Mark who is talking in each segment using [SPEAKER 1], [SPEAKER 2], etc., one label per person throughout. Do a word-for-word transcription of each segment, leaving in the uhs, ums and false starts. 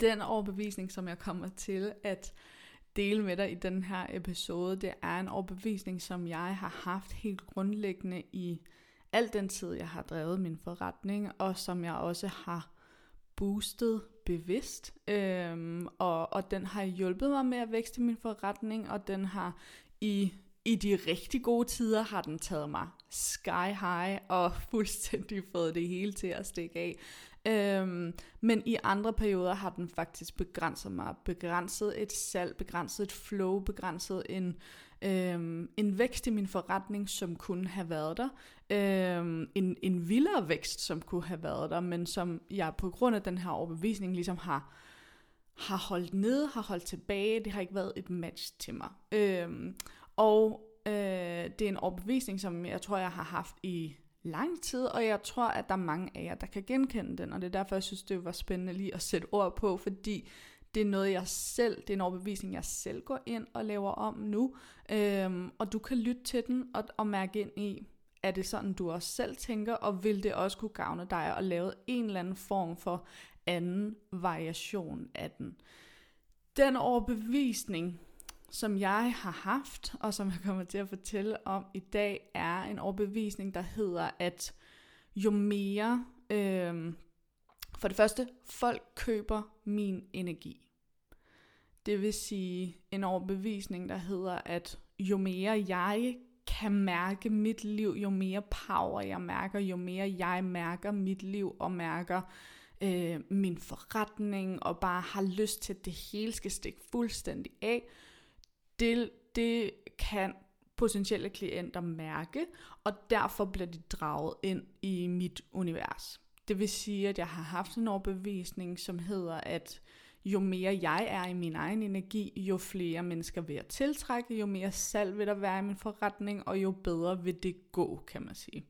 [SPEAKER 1] den overbevisning, som jeg kommer til at dele med dig i den her episode, det er en overbevisning, som jeg har haft helt grundlæggende i al den tid, jeg har drevet min forretning, og som jeg også har boostet bevidst, øhm, og, og den har hjulpet mig med at vækste min forretning, og den har i, i de rigtig gode tider, har den taget mig sky high, og fuldstændig fået det hele til at stikke af. Øhm, men i andre perioder har den faktisk begrænset mig, begrænset et salg, begrænset et flow, begrænset en, øhm, en vækst i min forretning, som kunne have været der, øhm, en, en vildere vækst, som kunne have været der, men som jeg på grund af den her overbevisning ligesom har, har holdt nede, har holdt tilbage, det har ikke været et match til mig. Øhm, og øh, det er en overbevisning, som jeg tror, jeg har haft i lang tid, og jeg tror, at der er mange af jer, der kan genkende den, og det er derfor, jeg synes, det var spændende lige at sætte ord på, fordi det er noget, jeg selv, det er en overbevisning, jeg selv går ind og laver om nu, øhm, og du kan lytte til den og, og mærke ind i, er det sådan, du også selv tænker, og vil det også kunne gavne dig at lave en eller anden form for anden variation af den. Den overbevisning, som jeg har haft, og som jeg kommer til at fortælle om i dag, er en overbevisning, der hedder, at jo mere, øh, for det første, folk køber min energi. Det vil sige en overbevisning, der hedder, at jo mere jeg kan mærke mit liv, jo mere power jeg mærker, jo mere jeg mærker mit liv og mærker øh, min forretning, og bare har lyst til, at det hele skal stikke fuldstændig af, Det, det kan potentielle klienter mærke, og derfor bliver de draget ind i mit univers. Det vil sige, at jeg har haft en overbevisning, som hedder, at jo mere jeg er i min egen energi, jo flere mennesker vil jeg tiltrække, jo mere salg vil der være i min forretning, og jo bedre vil det gå, kan man sige.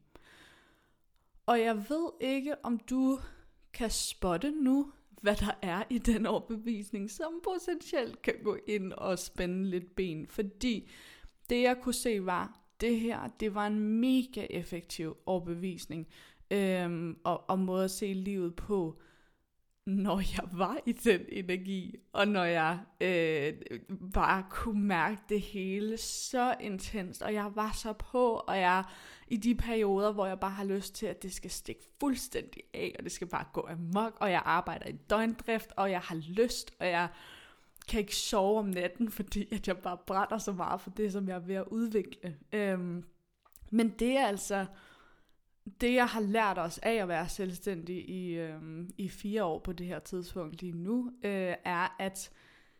[SPEAKER 1] Og jeg ved ikke, om du kan spotte nu, hvad der er i den overbevisning, som potentielt kan gå ind og spænde lidt ben. Fordi det jeg kunne se var, det her, det var en mega effektiv overbevisning, øhm, og, og måde at se livet på, når jeg var i den energi, og når jeg øh, bare kunne mærke det hele så intenst, og jeg var så på, og jeg i de perioder, hvor jeg bare har lyst til, at det skal stikke fuldstændig af, og det skal bare gå amok, og jeg arbejder i døgndrift, og jeg har lyst, og jeg kan ikke sove om natten, fordi at jeg bare brænder så meget for det, som jeg er ved at udvikle. Øhm, men det er altså det, jeg har lært os af at være selvstændig i, øhm, i fire år på det her tidspunkt lige nu, øh, er, at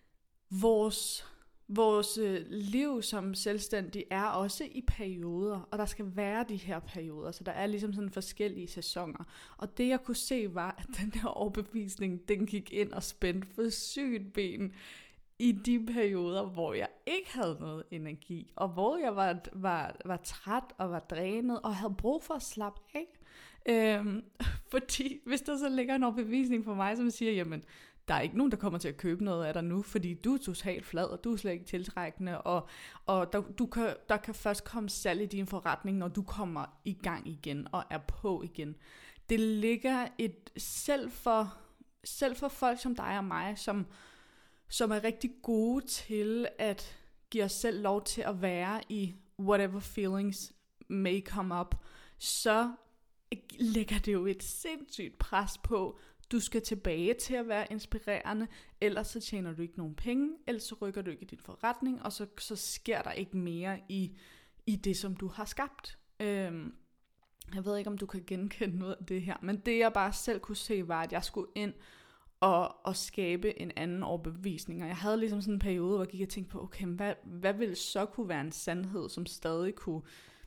[SPEAKER 1] vores, vores øh, liv som selvstændig er også i perioder, og der skal være de her perioder, så der er ligesom sådan forskellige sæsoner. Og det, jeg kunne se, var, at den her overbevisning, den gik ind og spændte for sygt ben i de perioder, hvor jeg ikke havde noget energi, og hvor jeg var, var, var træt og var drænet, og havde brug for at slappe af. Øhm, fordi hvis der så ligger en overbevisning for mig, som siger, jamen, der er ikke nogen, der kommer til at købe noget af dig nu, fordi du er totalt flad, og du er slet ikke tiltrækkende, og, og der, du kan, der kan først komme salg i din forretning, når du kommer i gang igen, og er på igen. Det ligger et selv for, selv for folk som dig og mig, som som er rigtig gode til at give os selv lov til at være i whatever feelings may come up, så lægger det jo et sindssygt pres på, du skal tilbage til at være inspirerende, ellers så tjener du ikke nogen penge, ellers så rykker du ikke i din forretning, og så, så sker der ikke mere i, i det, som du har skabt. Øhm, jeg ved ikke, om du kan genkende noget af det her, men det jeg bare selv kunne se, var, at jeg skulle ind Og, og skabe en anden overbevisning. Og jeg havde ligesom sådan en periode, hvor jeg gik og tænkte på, okay, hvad, hvad ville så kunne være en sandhed, som stadig kunne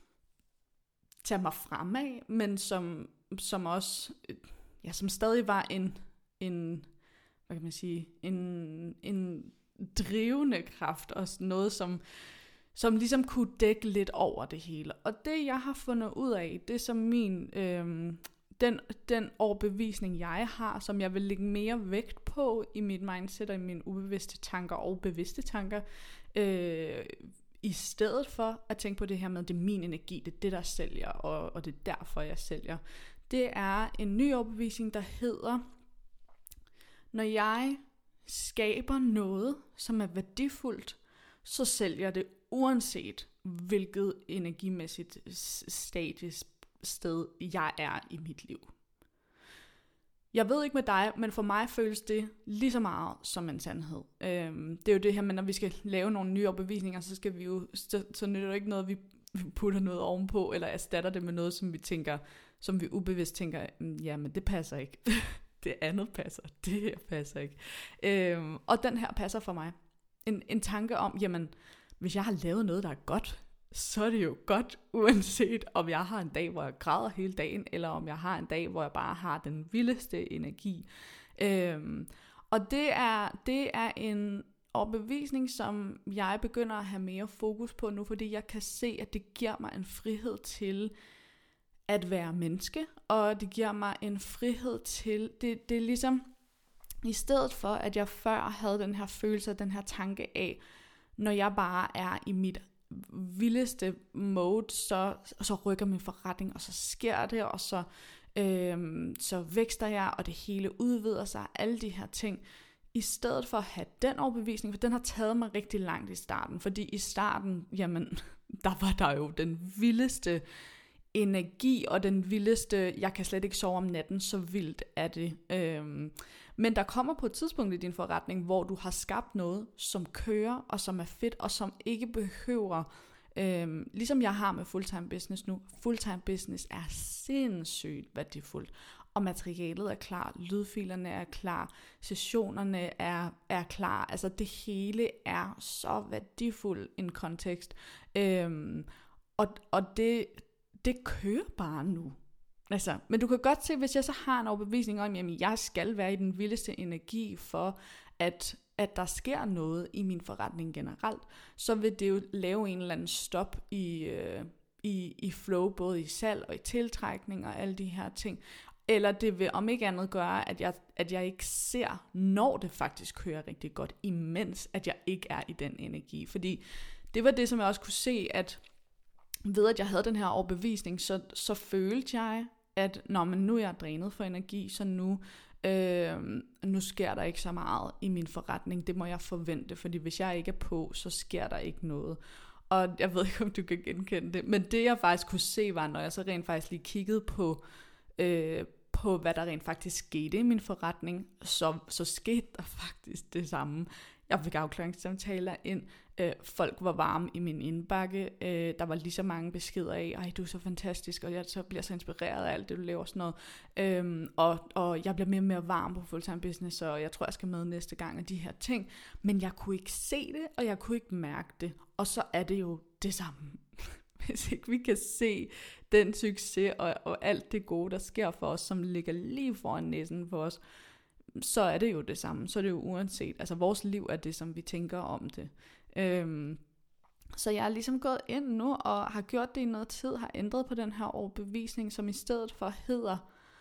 [SPEAKER 1] tage mig fremad, men som, som også, ja, som stadig var en, en hvad kan man sige, en, en drivende kraft, og noget, som, som ligesom kunne dække lidt over det hele. Og det, jeg har fundet ud af, det som min... Øhm, Den, den overbevisning, jeg har, som jeg vil lægge mere vægt på i mit mindset og i mine ubevidste tanker og bevidste tanker, øh, i stedet for at tænke på det her med, det er min energi, det er det, der sælger, og, og det er derfor, jeg sælger. Det er en ny overbevisning, der hedder, når jeg skaber noget, som er værdifuldt, så sælger det uanset hvilket energimæssigt stadie sted jeg er i mit liv. Jeg ved ikke med dig, men for mig føles det lige så meget som en sandhed. Øhm, det er jo det her, men når vi skal lave nogle nye overbevisninger, så skal vi jo, så, så nytter det ikke noget, vi putter noget ovenpå, eller erstatter det med noget, som vi tænker, som vi ubevidst tænker, ja, men det passer ikke. Det andet passer, det her passer ikke. Øhm, og den her passer for mig. En, en tanke om, jamen, hvis jeg har lavet noget, der er godt, så er det jo godt, uanset om jeg har en dag, hvor jeg græder hele dagen, eller om jeg har en dag, hvor jeg bare har den vildeste energi. Øhm, og det er, det er en overbevisning, som jeg begynder at have mere fokus på nu, fordi jeg kan se, at det giver mig en frihed til at være menneske, og det giver mig en frihed til, det, det er ligesom, i stedet for, at jeg før havde den her følelse, den her tanke af, når jeg bare er i mit vildeste mode, så, så rykker min forretning, og så sker det, og så, øhm, så vækster jeg, og det hele udvider sig, alle de her ting. I stedet for at have den overbevisning, for den har taget mig rigtig langt i starten, fordi i starten, jamen, der var der jo den vildeste energi, og den vildeste, jeg kan slet ikke sove om natten, så vildt er det. Øhm, men der kommer på et tidspunkt i din forretning, hvor du har skabt noget, som kører, og som er fedt, og som ikke behøver, øhm, ligesom jeg har med fulltime business nu, fulltime business er sindssygt værdifuldt, og materialet er klar, lydfilerne er klar, sessionerne er, er klar, altså det hele er så værdifuld en kontekst, øhm, og, og det, det kører bare nu. Altså, men du kan godt se, hvis jeg så har en overbevisning om, at jeg skal være i den vildeste energi for, at, at der sker noget i min forretning generelt, så vil det jo lave en eller anden stop i, øh, i, i flow, både i salg og i tiltrækning og alle de her ting. Eller det vil om ikke andet gøre, at jeg, at jeg ikke ser, når det faktisk kører rigtig godt, imens at jeg ikke er i den energi. Fordi det var det, som jeg også kunne se, at ved at jeg havde den her overbevisning, så, så følte jeg, at når man nu er jeg drænet for energi, så nu, øh, nu sker der ikke så meget i min forretning. Det må jeg forvente, fordi hvis jeg ikke er på, så sker der ikke noget. Og jeg ved ikke, om du kan genkende det, men det jeg faktisk kunne se var, når jeg så rent faktisk lige kiggede på, øh, på hvad der rent faktisk skete i min forretning, så, så skete der faktisk det samme. Jeg fik afklaringssamtaler ind, øh, folk var varme i min indbakke, øh, der var lige så mange beskeder af, ej du er så fantastisk, og jeg så bliver så inspireret af alt det du laver, sådan noget, øhm, og, og jeg bliver mere og mere varm på fulltime business, og jeg tror jeg skal med næste gang af de her ting, men jeg kunne ikke se det, og jeg kunne ikke mærke det, og så er det jo det samme. Hvis ikke vi kan se den succes og, og alt det gode der sker for os, som ligger lige foran næsen for os, så er det jo det samme, så er det jo uanset, altså vores liv er det, som vi tænker om det. Øhm, så jeg er ligesom gået ind nu, og har gjort det i noget tid, har ændret på den her overbevisning, som i stedet for hedder,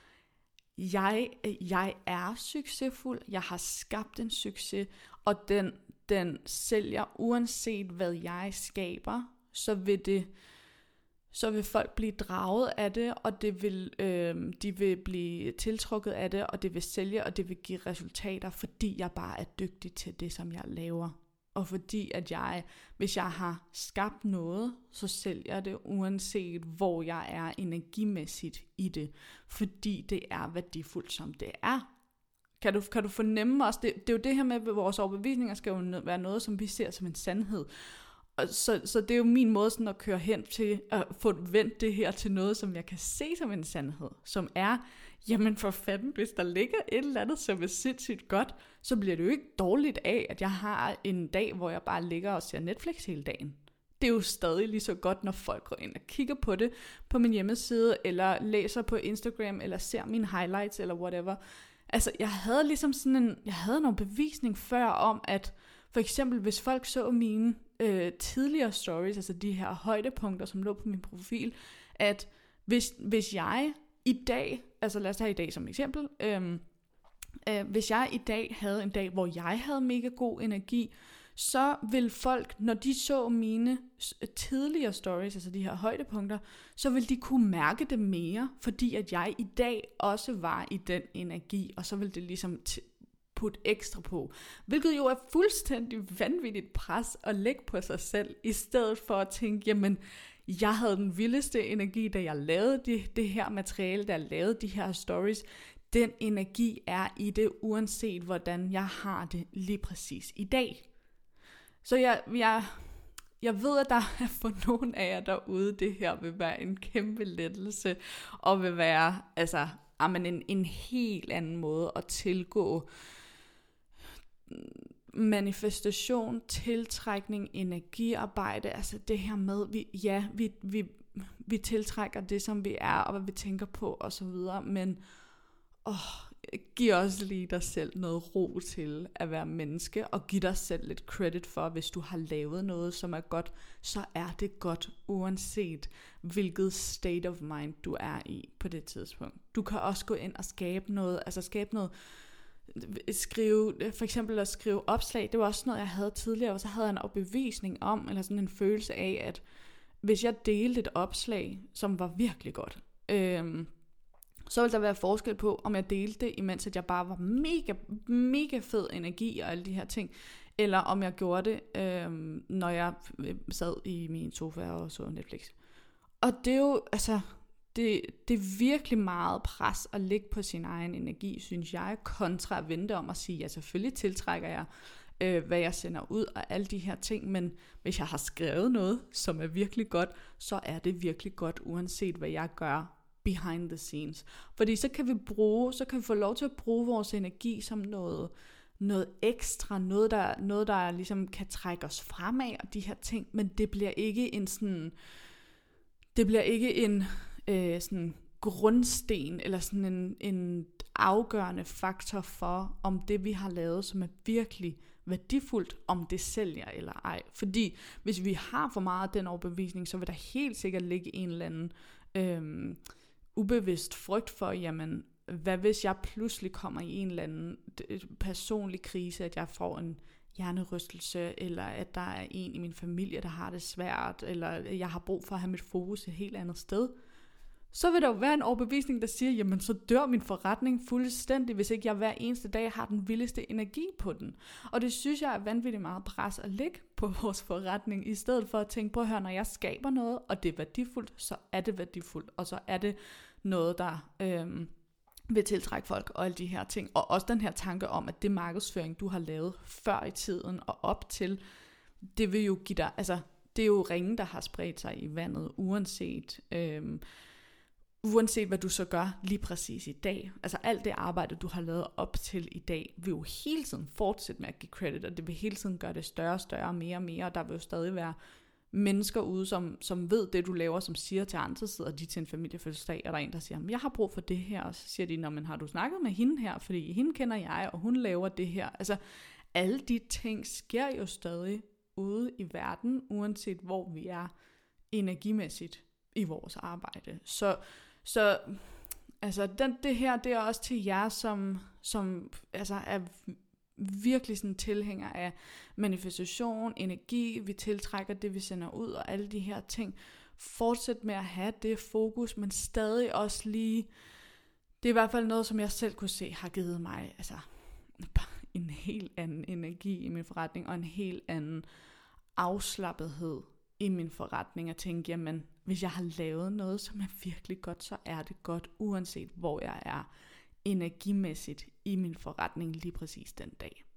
[SPEAKER 1] jeg, jeg er succesfuld, jeg har skabt en succes, og den, den sælger uanset hvad jeg skaber, så vil det så vil folk blive draget af det, og det vil, øh, de vil blive tiltrukket af det, og det vil sælge, og det vil give resultater, fordi jeg bare er dygtig til det, som jeg laver. Og fordi at jeg, hvis jeg har skabt noget, så sælger det, uanset hvor jeg er energimæssigt i det, fordi det er værdifuldt, som det er. Kan du, kan du fornemme også, det, det er jo det her med, at vores overbevisninger skal jo være noget, som vi ser som en sandhed. Så, så det er jo min måde sådan at køre hen til at få vendt det her til noget, som jeg kan se som en sandhed, som er, jamen for fanden, hvis der ligger et eller andet, som er sindssygt godt, så bliver det jo ikke dårligt af, at jeg har en dag, hvor jeg bare ligger og ser Netflix hele dagen. Det er jo stadig lige så godt, når folk går ind og kigger på det på min hjemmeside, eller læser på Instagram, eller ser mine highlights, eller whatever. Altså, jeg havde ligesom sådan en, jeg havde nogle bevisning før om, at for eksempel, hvis folk så mine øh, tidligere stories, altså de her højdepunkter, som lå på min profil, at hvis, hvis jeg i dag, altså lad os tage i dag som eksempel, øh, øh, hvis jeg i dag havde en dag, hvor jeg havde mega god energi, så vil folk, når de så mine tidligere stories, altså de her højdepunkter, så vil de kunne mærke det mere, fordi at jeg i dag også var i den energi, og så vil det ligesom t- putte ekstra på. Hvilket jo er fuldstændig vanvittigt pres at lægge på sig selv, i stedet for at tænke, jamen, jeg havde den vildeste energi, da jeg lavede det, det her materiale, da jeg lavede de her stories. Den energi er i det, uanset hvordan jeg har det lige præcis i dag. Så jeg, jeg, jeg ved, at der er for nogen af jer derude, det her vil være en kæmpe lettelse, og vil være altså, amen, en, en helt anden måde at tilgå manifestation, tiltrækning, energiarbejde, altså det her med, vi, ja, vi, vi, vi tiltrækker det, som vi er, og hvad vi tænker på, og så videre, men åh, giv også lige dig selv noget ro til at være menneske, og giv dig selv lidt credit for, hvis du har lavet noget, som er godt, så er det godt, uanset hvilket state of mind du er i på det tidspunkt. Du kan også gå ind og skabe noget, altså skabe noget, skrive, for eksempel at skrive opslag, det var også noget, jeg havde tidligere, og så havde jeg en overbevisning om, eller sådan en følelse af, at hvis jeg delte et opslag, som var virkelig godt, øhm, så ville der være forskel på, om jeg delte det, imens at jeg bare var mega, mega fed energi og alle de her ting, eller om jeg gjorde det, øhm, når jeg sad i min sofa og så Netflix. Og det er jo, altså, det, det er virkelig meget pres at ligge på sin egen energi, synes jeg, kontra at vente om at sige, ja, selvfølgelig tiltrækker jeg, øh, hvad jeg sender ud og alle de her ting, men hvis jeg har skrevet noget, som er virkelig godt, så er det virkelig godt, uanset hvad jeg gør behind the scenes. Fordi så kan vi bruge, så kan vi få lov til at bruge vores energi som noget, noget ekstra, noget der, noget der ligesom kan trække os fremad og de her ting, men det bliver ikke en sådan, det bliver ikke en øh, sådan grundsten eller sådan en, en afgørende faktor for, om det vi har lavet, som er virkelig værdifuldt, om det sælger eller ej. Fordi hvis vi har for meget af den overbevisning, så vil der helt sikkert ligge en eller anden øh, ubevidst frygt for, jamen, hvad hvis jeg pludselig kommer i en eller anden personlig krise, at jeg får en hjernerystelse, eller at der er en i min familie, der har det svært, eller jeg har brug for at have mit fokus et helt andet sted, så vil der jo være en overbevisning, der siger, jamen så dør min forretning fuldstændig, hvis ikke jeg hver eneste dag har den vildeste energi på den. Og det synes jeg er vanvittigt meget pres at lægge på vores forretning, i stedet for at tænke på at høre, når jeg skaber noget, og det er værdifuldt, så er det værdifuldt, og så er det noget, der øhm, vil tiltrække folk og alle de her ting. Og også den her tanke om, at det markedsføring, du har lavet før i tiden og op til, det vil jo give dig, altså det er jo ringe, der har spredt sig i vandet, uanset øhm, Uanset hvad du så gør lige præcis i dag. Altså alt det arbejde, du har lavet op til i dag, vil jo hele tiden fortsætte med at give credit, og det vil hele tiden gøre det større og større, mere og mere, og der vil jo stadig være mennesker ude, som, som ved det, du laver, som siger til andre, sidder de til en familiefødselsdag, og der er en, der siger, jeg har brug for det her, og så siger de, nå, men har du snakket med hende her, fordi hende kender jeg, og hun laver det her. Altså alle de ting sker jo stadig ude i verden, uanset hvor vi er energimæssigt i vores arbejde. Så Så altså den, det her, det er også til jer, som, som altså er virkelig sådan tilhænger af manifestation, energi, vi tiltrækker det, vi sender ud, og alle de her ting. Fortsæt med at have det fokus, men stadig også lige, det er i hvert fald noget, som jeg selv kunne se, har givet mig altså en helt anden energi i min forretning, og en helt anden afslappethed i min forretning, at tænke, jamen, hvis jeg har lavet noget, som er virkelig godt, så er det godt, uanset hvor jeg er energimæssigt i min forretning lige præcis den dag.